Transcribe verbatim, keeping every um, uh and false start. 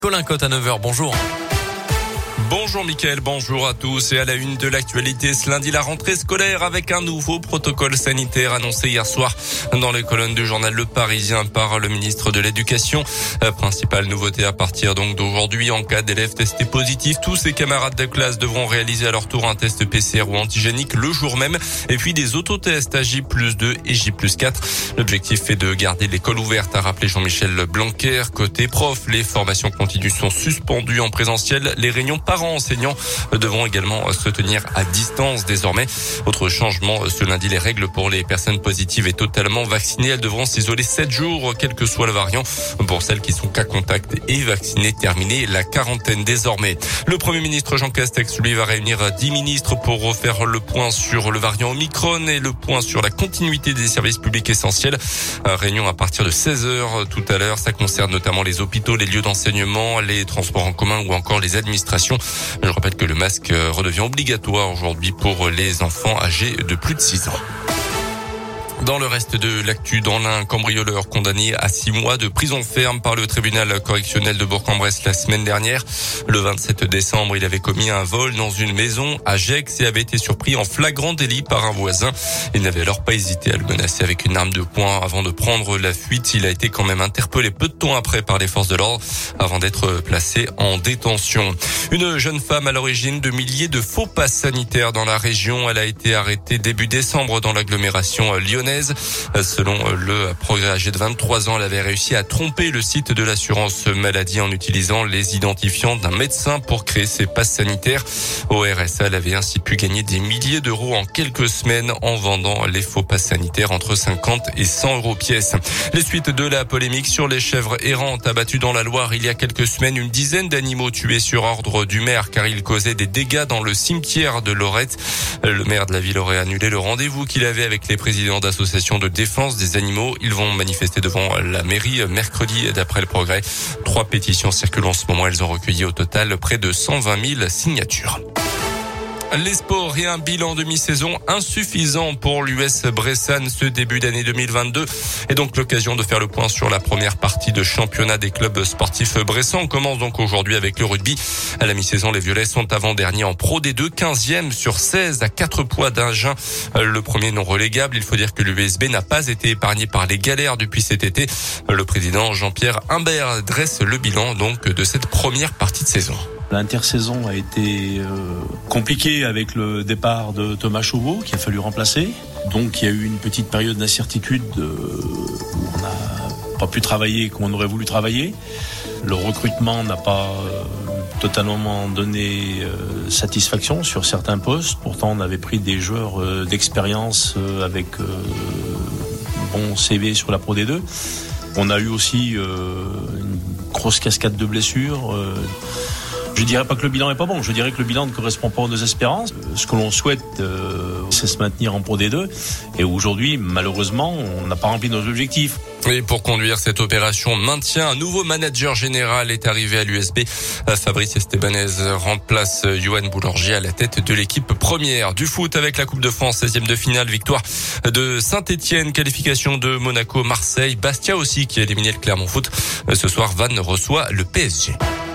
Colin Cotte à neuf heures, bonjour. Bonjour Mickaël, bonjour à tous et à la une de l'actualité ce lundi, la rentrée scolaire avec un nouveau protocole sanitaire annoncé hier soir dans les colonnes du journal Le Parisien par le ministre de l'Éducation. La principale nouveauté à partir donc d'aujourd'hui, en cas d'élèves testés positifs, tous ses camarades de classe devront réaliser à leur tour un test P C R ou antigénique le jour même et puis des autotests à J plus deux et J plus quatre. L'objectif est de garder l'école ouverte, a rappelé Jean-Michel Blanquer. Côté prof, les formations continues sont suspendues en présentiel, les réunions par enseignants devront également se tenir à distance désormais. Autre changement ce lundi, les règles pour les personnes positives et totalement vaccinées. Elles devront s'isoler sept jours, quel que soit le variant. Pour celles qui sont cas contact et vaccinées, terminer la quarantaine désormais. Le Premier ministre Jean Castex, lui, va réunir dix ministres pour refaire le point sur le variant Omicron et le point sur la continuité des services publics essentiels. Réunion à partir de seize heures tout à l'heure. Ça concerne notamment les hôpitaux, les lieux d'enseignement, les transports en commun ou encore les administrations. Je rappelle que le masque redevient obligatoire aujourd'hui pour les enfants âgés de plus de six ans. Dans le reste de l'actu, dans l'un, cambrioleur condamné à six mois de prison ferme par le tribunal correctionnel de Bourg-en-Bresse la semaine dernière. Le vingt-sept décembre, il avait commis un vol dans une maison à Gex et avait été surpris en flagrant délit par un voisin. Il n'avait alors pas hésité à le menacer avec une arme de poing avant de prendre la fuite. Il a été quand même interpellé peu de temps après par les forces de l'ordre avant d'être placé en détention. Une jeune femme à l'origine de milliers de faux passes sanitaires dans la région. Elle a été arrêtée début décembre dans l'agglomération lyonnaise. Selon le Progrès, âgé de vingt-trois ans, elle avait réussi à tromper le site de l'assurance maladie en utilisant les identifiants d'un médecin pour créer ses passes sanitaires. Au R S A, elle avait ainsi pu gagner des milliers d'euros en quelques semaines en vendant les faux passes sanitaires entre cinquante et cent euros pièce. Les suites de la polémique sur les chèvres errantes abattues dans la Loire il y a quelques semaines, une dizaine d'animaux tués sur ordre du maire car ils causaient des dégâts dans le cimetière de Lorette. Le maire de la ville aurait annulé le rendez-vous qu'il avait avec les présidents d'associations de défense des animaux. Ils vont manifester devant la mairie mercredi d'après le Progrès. Trois pétitions circulent en ce moment. Elles ont recueilli au total près de cent vingt mille signatures. Les sports et un bilan de mi-saison insuffisant pour l'U S Bressane ce début d'année deux mille vingt-deux. Et donc l'occasion de faire le point sur la première partie de championnat des clubs sportifs bressans. On commence donc aujourd'hui avec le rugby. À la mi-saison, les Violets sont avant-derniers en Pro D deux, quinzième sur seize à quatre points d'Agen. Le premier non relégable. Il faut dire que l'U S B n'a pas été épargné par les galères depuis cet été. Le président Jean-Pierre Humbert dresse le bilan donc de cette première partie de saison. L'intersaison a été euh, compliquée avec le départ de Thomas Chauveau qui a fallu remplacer. Donc il y a eu une petite période d'incertitude euh, où on n'a pas pu travailler comme on aurait voulu travailler. Le recrutement n'a pas euh, totalement donné euh, satisfaction sur certains postes. Pourtant on avait pris des joueurs euh, d'expérience euh, avec euh, bon C V sur la Pro D deux. On a eu aussi euh, une grosse cascade de blessures. Euh, Je dirais pas que le bilan est pas bon, je dirais que le bilan ne correspond pas à nos espérances. Ce que l'on souhaite, euh, c'est se maintenir en Pro D deux. Et aujourd'hui, malheureusement, on n'a pas rempli nos objectifs. Et pour conduire cette opération maintien, un nouveau manager général est arrivé à l'U S B. Fabrice Estebanez remplace Yoann Boulanger à la tête de l'équipe première. Du foot avec la Coupe de France, seizième de finale, victoire de Saint-Etienne, qualification de Monaco, Marseille, Bastia aussi qui a éliminé le Clermont Foot. Ce soir, Vannes reçoit le P S G.